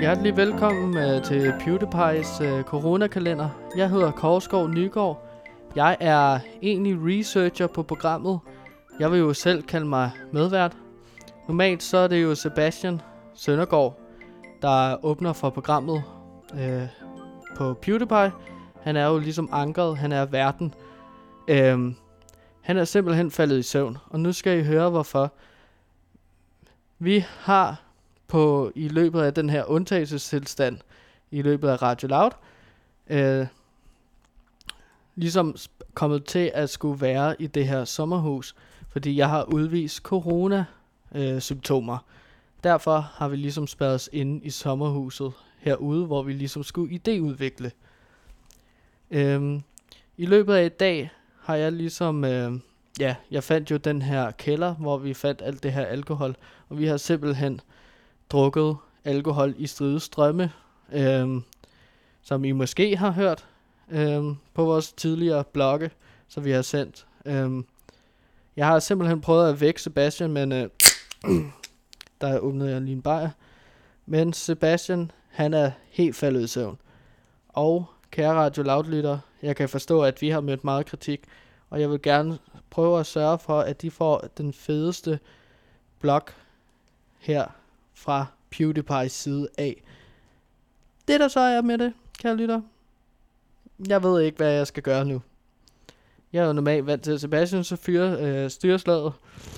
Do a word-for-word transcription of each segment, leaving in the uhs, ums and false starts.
Hjertelig velkommen uh, til PewDiePie's uh, coronakalender. Jeg hedder Korsgaard Nygaard. Jeg er egentlig researcher på programmet. Jeg vil jo selv kalde mig medvært. Normalt så er det jo Sebastian Søndergaard, der åbner for programmet uh, på PewDiePie. Han er jo ligesom ankeret, han er verden. Uh, han er simpelthen faldet i søvn, og nu skal I høre hvorfor. Vi har på i løbet af den her undtagelsestilstand i løbet af Radio Loud øh, ligesom kommet til at skulle være i det her sommerhus, fordi jeg har udvist corona øh, symptomer. Derfor har vi ligesom spærret os inde i sommerhuset herude, hvor vi ligesom skulle idéudvikle. Øhm, I løbet af i dag har jeg ligesom øh, ja, jeg fandt jo den her kælder, hvor vi fandt alt det her alkohol, og vi har simpelthen drukket alkohol i stridestrømme, øhm, som I måske har hørt øhm, på vores tidligere blogge, så vi har sendt. Øhm, jeg har simpelthen prøvet at vække Sebastian, men øh, der åbnede jeg lige en bajer. Men Sebastian, han er helt faldet i søvn. Og kære Radio Loud-lytter, jeg kan forstå, at vi har mødt meget kritik, og jeg vil gerne prøve at sørge for, at de får den fedeste blog her fra PewDiePie's side af. Det der så er med det, kære lytter. Jeg ved ikke, hvad jeg skal gøre nu. Jeg er jo normalt vant til Sebastian, så fyrer øh, styreslaget.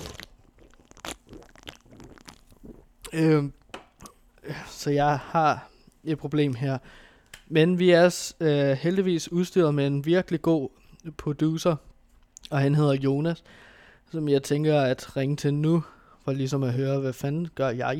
Øh, så jeg har et problem her. Men vi er øh, heldigvis udstyret med en virkelig god producer, og han hedder Jonas, som jeg tænker at ringe til nu, for ligesom at høre, hvad fanden gør jeg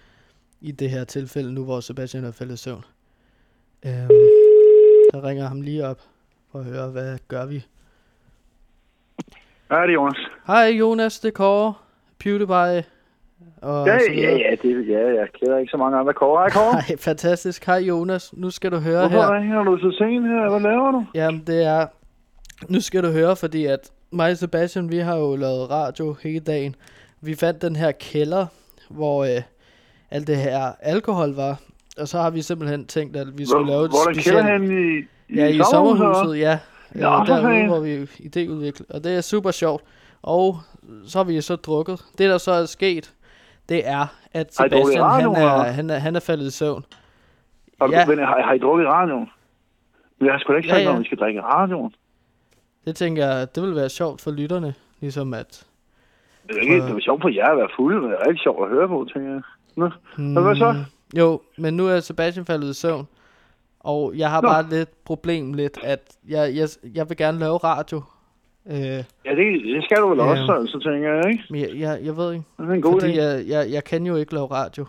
i det her tilfælde, nu hvor Sebastian er faldet i søvn. Øhm, så ringer jeg ham lige op for at høre, hvad gør vi. Hej, det er Jonas. Hej Jonas, det er Kåre, PewDiePie. Og ja, så ja, ja, det, ja, jeg kender ikke så mange andre Kåre. Hej Kåre. Hej, fantastisk. Hej Jonas, nu skal du høre. Hvorfor her. Hvorfor ringer du så sent her? Hvad laver du? Jamen det er, nu skal du høre, fordi at mig og Sebastian, vi har jo lavet radio hele dagen. Vi fandt den her kælder, hvor øh, alt det her alkohol var. Og så har vi simpelthen tænkt, at vi skulle hvor, lave et hvor specielt... Hvor er den kælder hen i, i, ja, i sommerhuset? Ja, ja øh, derude, hvor vi idéudvikler. Og det er super sjovt. Og så har vi så drukket. Det, der så er sket, det er, at Sebastian, han er, han, er, han er faldet i søvn. Har, ja. du, har, har I drukket radioen? Men jeg har sgu da ikke sagt, ja, ja. Når vi skal drikke radioen. Det tænker jeg, det vil være sjovt for lytterne. Ligesom at... Det er ikke, det er sjovt for jer at være fulde, men det er ikke sjovt at høre på, tænker jeg. Nå, hmm. hvad så? Jo, men nu er Sebastian faldet i søvn. Og jeg har Nå. bare lidt problem lidt, at jeg, jeg, jeg vil gerne lave radio. Øh, ja, det, det skal du vel øh, også, så, så tænker jeg, ikke? Men jeg, jeg, jeg ved ikke. Det er en god fordi jeg, jeg, jeg kan jo ikke lave radio.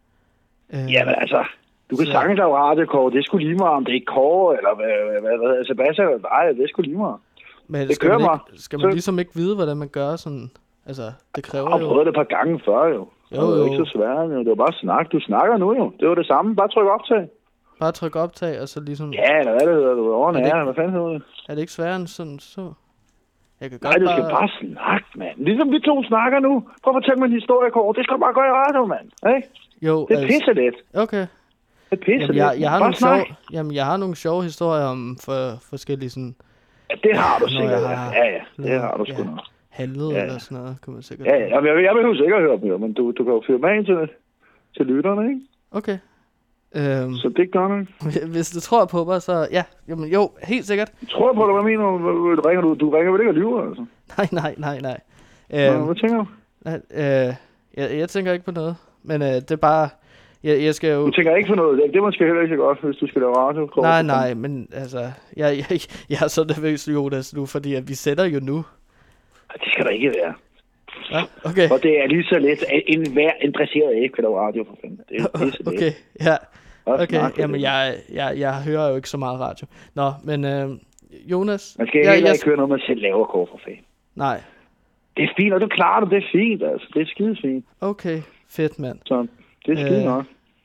Øh, Jamen altså, du kan sagtens lave radio, Kåre. Det er sgu lige meget, om det er ikke Kåre, eller hvad, hvad, hvad, Sebastian, nej, det er sgu lige meget. Men det skal kører man, mig. Ikke, skal man så... ligesom ikke vide, hvordan man gør sådan... Altså, det kræver jo... Jeg har prøvet det et par gange før, jo. Jo, jo. Det er ikke så svært, jo. Det var bare snak. Du snakker nu, jo. Det var det samme. Bare tryk optag. Bare tryk optag, og så ligesom... Ja, eller hvad det hedder. Du er ikke... Hvad fanden hedder det? Er det ikke sværere end sådan så? Jeg kan Nej, godt du bare... skal bare snakke, mand. Ligesom vi to snakker nu. Prøv at fortælle mig en historie, Kåre. Det skal du bare gøre i radio, mand. Hey? Jo, det er altså... pisse let. Okay. Det er pisse jamen, jeg, jeg har bare nogle sjove... Jamen, jeg har nogle sjove historier om for, forskellige sådan... Ja, det har du sikkert. Har... Ja, ja. Det har du sgu ja. nok. Handlet ja. eller sådan noget, kan man sikkert... Ja, ja. Jeg, jeg, jeg vil jo sikkert høre dem, jo. Men du, du kan jo fyre mig ind til, til lytterne, ikke? Okay. Um, så det gør det. Hvis du tror på mig, så ja, jamen jo, helt sikkert. Du tror på det, hvad mener du? Du ringer, du, du ringer vel ikke at lyve, altså? Nej, nej, nej, nej. Nå, um, hvad tænker du? Uh, jeg, jeg tænker ikke på noget, men uh, det er bare, jeg, jeg skal jo... Du tænker ikke på noget, det er måske heller ikke så godt, hvis du skal lave radio. Nej, nej, men altså, jeg, jeg, jeg er så nervøs, Jonas, nu, fordi at vi sætter jo nu. Det skal der ikke være. Ja, okay. Og det er lige så let, en hver interesseret ikke kan lave radio for fanden. Det er, det er så let. Okay, ja. Okay, jamen jeg, jeg, jeg hører jo ikke så meget radio. Nå, men øh, Jonas... Man skal jeg, heller jeg... ikke høre noget, man selv laver, Kåre, for fanden. Nej. Det er fint, og du klarer det, det er fint, altså. Det er skide fint. Okay, fedt, mand. Så det er skide øh, nok.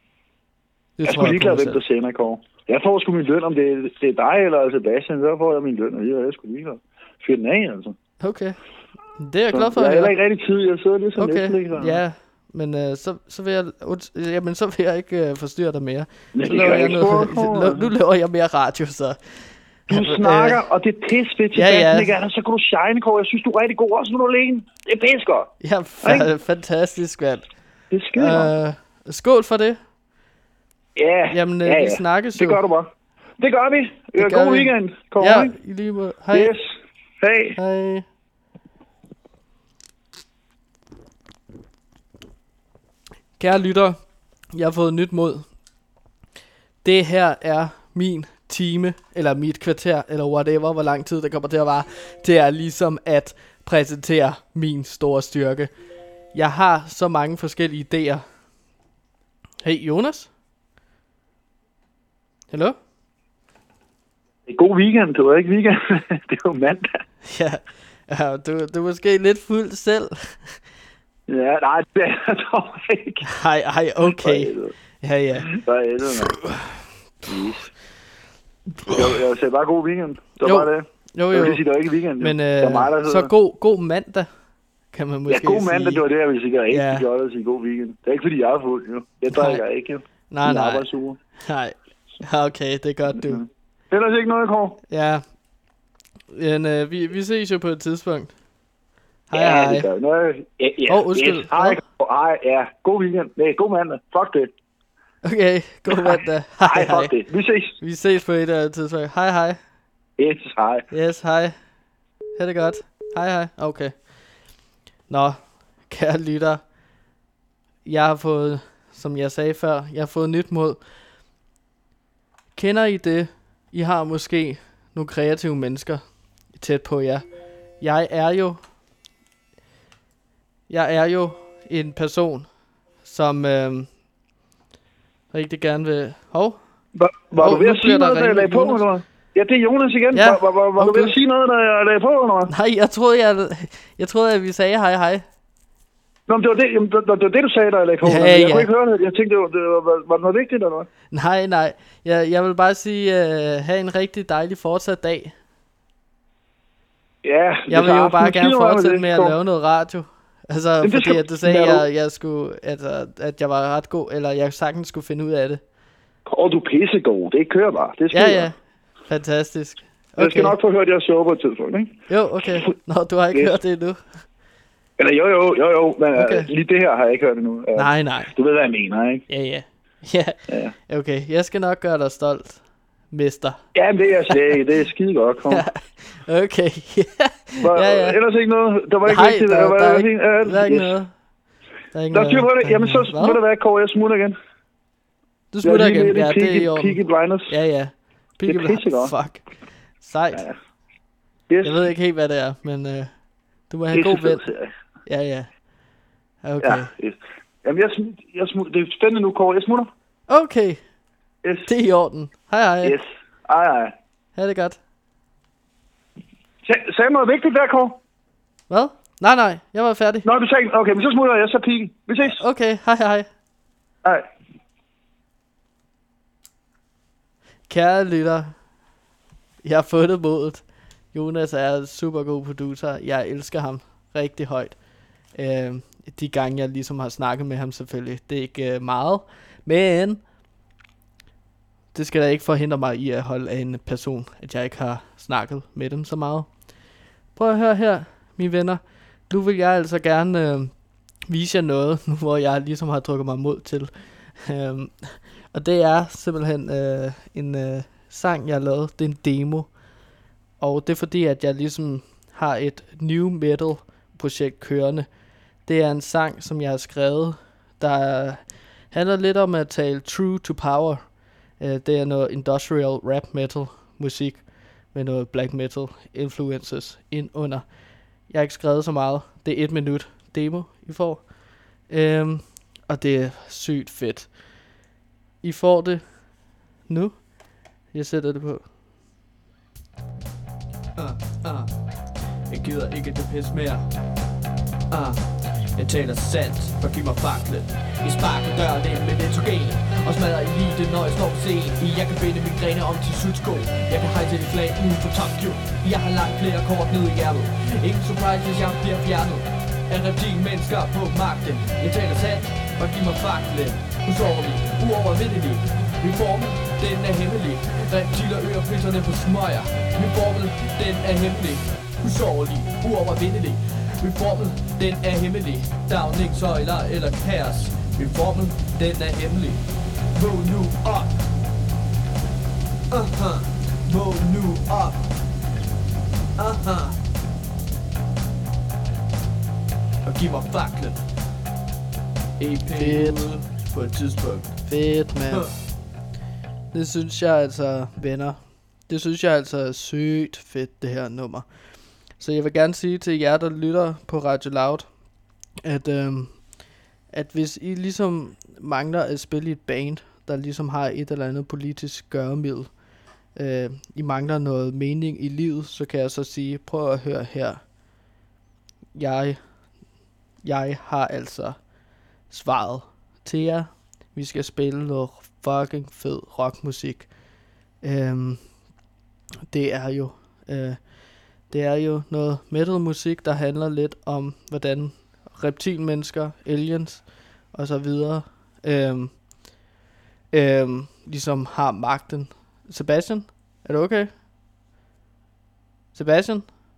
Det jeg er sgu ligeglad, hvem der sender, Kåre. Jeg får sgu min løn, om det er, det er dig eller Sebastian, så får jeg min løn, og jeg er sgu ligeglad. Fyr den af, altså. Okay. Det er jeg glad for. Jeg er heller ikke rigtig tid, jeg sidder lidt sådan okay. lidt. Ja, Men øh, så, så, vil jeg, uh, jamen, så vil jeg ikke uh, forstyrre dig mere. Så laver jeg noget, nu laver jeg mere radio, så... Du altså, snakker, øh, og det er pisfedt til ja, ja. Ikke? Så kan du shine, Kåre. Jeg synes, du er rigtig god, også når du er alene. Det er pissegodt. Ja, fa- fantastisk, mand. Det er skide øh, Skål for det. Ja, Jamen, øh, ja, ja. vi snakkes jo. Det gør du bare. Det gør vi. Det gør god vi. weekend, Kåre. Ja, i lige måde. Hej. Yes. Hej. Hej. Kære lytter, jeg har fået nyt mod. Det her er min time, eller mit kvarter, eller whatever, hvor lang tid det kommer til at vare. Det er ligesom at præsentere min store styrke. Jeg har så mange forskellige idéer. Hey Jonas? Hallo? God weekend, det var ikke weekend. Det var mandag. Ja, ja du, du er måske lidt fuld selv. Ja, nej, det er jeg dog ikke. Hej, hej, okay. Ja, ja. Hvad er det, mand? Jeg, jeg sagde bare god weekend. Det var jo. bare det. Jo, jo. Jeg vil sige, det var ikke weekend. Men øh, det mig, så god, god mandag, kan man måske sige. Ja, god mandag, sige. Det var det, jeg ville sige. Det er rigtig ja. Godt at sige god weekend. Det er ikke, fordi jeg er fuld, jo. Jeg drikker ikke, jo. Nej, nej. Nej, okay, det er godt, du. Mm-hmm. Ellers ikke noget, Kåre? Ja. Men øh, vi, vi ses jo på et tidspunkt. Hej, ja, hej. Det gør noget. Ja, ja. Åh, undskyld. Yes. Hej, hej, ja. God weekend. Nej, god mandag. Fuck det. Okay, god mandag. Hej, fuck det. Vi ses. Vi ses på et uh, tidspunkt. Hej, hej. Yes, hej. Yes, hej. Ha' det godt. Hej, hej. Okay. Nå, kære lytter. Jeg har fået, som jeg sagde før, jeg har fået nyt mod. Kender I det? I har måske nogle kreative mennesker tæt på jer. Jeg er jo Jeg er jo en person, som øh, rigtig gerne vil... Hov? Var, var Hov, du ved at sige noget, da jeg lagde på, eller hvad? Ja, det er Jonas igen. Ja. Var, var, var, var okay. Du ved at sige noget, da jeg lagde på, eller hvad? Nej, jeg troede, jeg, jeg troede, at vi sagde hej, hej. Nå, men det var det, jamen, det, det var det, du sagde, da jeg lagde på. Ja, jeg ja. kunne ikke høre det. Jeg tænkte, det var, det var, var det noget vigtigt, eller hvad? Nej, nej. Jeg, jeg vil bare sige, uh, have en rigtig dejlig fortsat dag. Ja, jeg vil jo bare gerne fortsætte det, med at kom. lave noget radio. Altså, jamen, fordi skal, at du sagde, at jeg, jeg skulle, at, at jeg var ret god, eller jeg sagtens skulle finde ud af det. Åh, du er pissegod. Det kører bare. Det skal ja, ja. Fantastisk. Okay. Jeg skal nok få hørt, at jeg sover på et tidspunkt, ikke? Jo, okay. Nå, du har ikke yes. hørt det endnu. Eller jo, jo, jo, jo. Men okay. uh, lige det her har jeg ikke hørt endnu. Uh, nej, nej. Du ved, hvad jeg mener, ikke? Ja, ja. Ja, ja. Okay. Jeg skal nok gøre dig stolt, mester. Jamen, det er jeg slet. Det er skide godt, kom. Okay. Var, ja, ja. Ellers ikke noget? Der var ikke nej, vigtigt. Der, der, var, der, der, er ikke, uh, der er ikke yes. noget. Der er ikke der noget. Der det. Jamen, så må det være, Kåre. Jeg smutter igen. Du smutter igen? Ja, det er i orden. Peaky Blinders. Ja, ja. Peaky Blinders. Fuck. Sejt. Ja. Yes. Jeg ved ikke helt, hvad det er, men uh, du må have en god ven. Ja, ja. Okay. Ja, yes. Jamen, jeg, sm- jeg smutter. Det er spændende nu, Kåre. Jeg smutter. Okay. Yes. Det er i orden. Hej, hej. Yes. Hej, hej. Ha' det godt. S- sagde noget vigtigt der, Kåre? Hvad? Nej, nej. Jeg var færdig. Nå, du sagde... Okay, men så smutter jeg. Så Peaky. Vi ses. Okay. Hej, hej. Hej. Kære lytter. Jeg har fundet modet. Jonas er en super god producer. Jeg elsker ham rigtig højt. Øh, de gange jeg ligesom har snakket med ham selvfølgelig. Det er ikke øh, meget. Men det skal da ikke forhindre mig i at holde af en person, at jeg ikke har snakket med dem så meget. Prøv at høre her, mine venner. Nu vil jeg altså gerne øh, vise jer noget, nu hvor jeg ligesom har drukket mig mod til. Øh, og det er simpelthen øh, en øh, sang, jeg har lavet. Det er en demo. Og det er fordi, at jeg ligesom har et new metal projekt kørende. Det er en sang, som jeg har skrevet, der handler lidt om at tale true to power. Uh, det er noget industrial rap metal musik med noget black metal influences ind under. Jeg har ikke skrevet så meget. Det er et minut demo, I får. Um, og det er sygt fedt. I får det nu. Jeg sætter det på. Uh, uh. Jeg gider ikke det pis mere. Uh. Jeg taler sandt, for giv mig faklen. Vi sparker døren ind med nitrogen og smadrer elite, når jeg står på scenen. Jeg kan binde mine grene om til sudsko. Jeg kan hejse det flag uden for Tokyo. Jeg har langt flere kort ned i hjertet. Ingen surprise, hvis jeg bliver fjernet. af reptilmennesker på magten. Jeg taler sandt, og giv mig faklen. Usårlig, uovervindelig. Min formel, den er hemmelig. Reptiler øger priserne på smøger. Min formel, den er hemmelig. Usårlig, uovervindelig. Min formel, den er hemmelig. Dagningsøjler eller kaos. Min formel, den er hemmelig. Våg nu op. Aha. Våg nu op. Aha. Og giv mig faklen. E P på et tidspunkt. Fedt, mand. Det synes jeg altså, venner. Det synes jeg altså er sygt fedt, det her nummer. Så jeg vil gerne sige til jer, der lytter på Radio Loud, at, øhm, at hvis I ligesom mangler at spille i et band, der ligesom har et eller andet politisk gøremiddel, øh, I mangler noget mening i livet, så kan jeg så sige, prøv at høre her. Jeg, jeg har altså svaret til jer. Vi skal spille noget fucking fed rockmusik. Øhm, det er jo øh, det er jo noget metal musik, der handler lidt om hvordan reptilmennesker, aliens og så videre øhm, øhm, ligesom har magten. Sebastian, er du okay? Sebastian?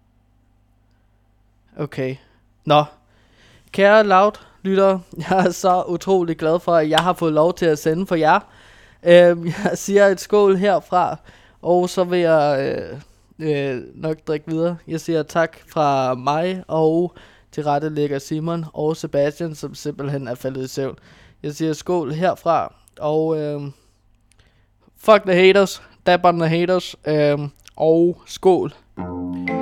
Okay. Nå, kære Loud lytter, jeg er så utrolig glad for, at jeg har fået lov til at sende for jer. Øh, jeg siger et skål herfra, og så vil jeg øh, øh, nok drikke videre. Jeg siger tak fra mig og til rette lægger Simon og Sebastian, som simpelthen er faldet i søvn. Jeg siger skål herfra, og øh, fuck the haters, dab on the haters, øh, og skål.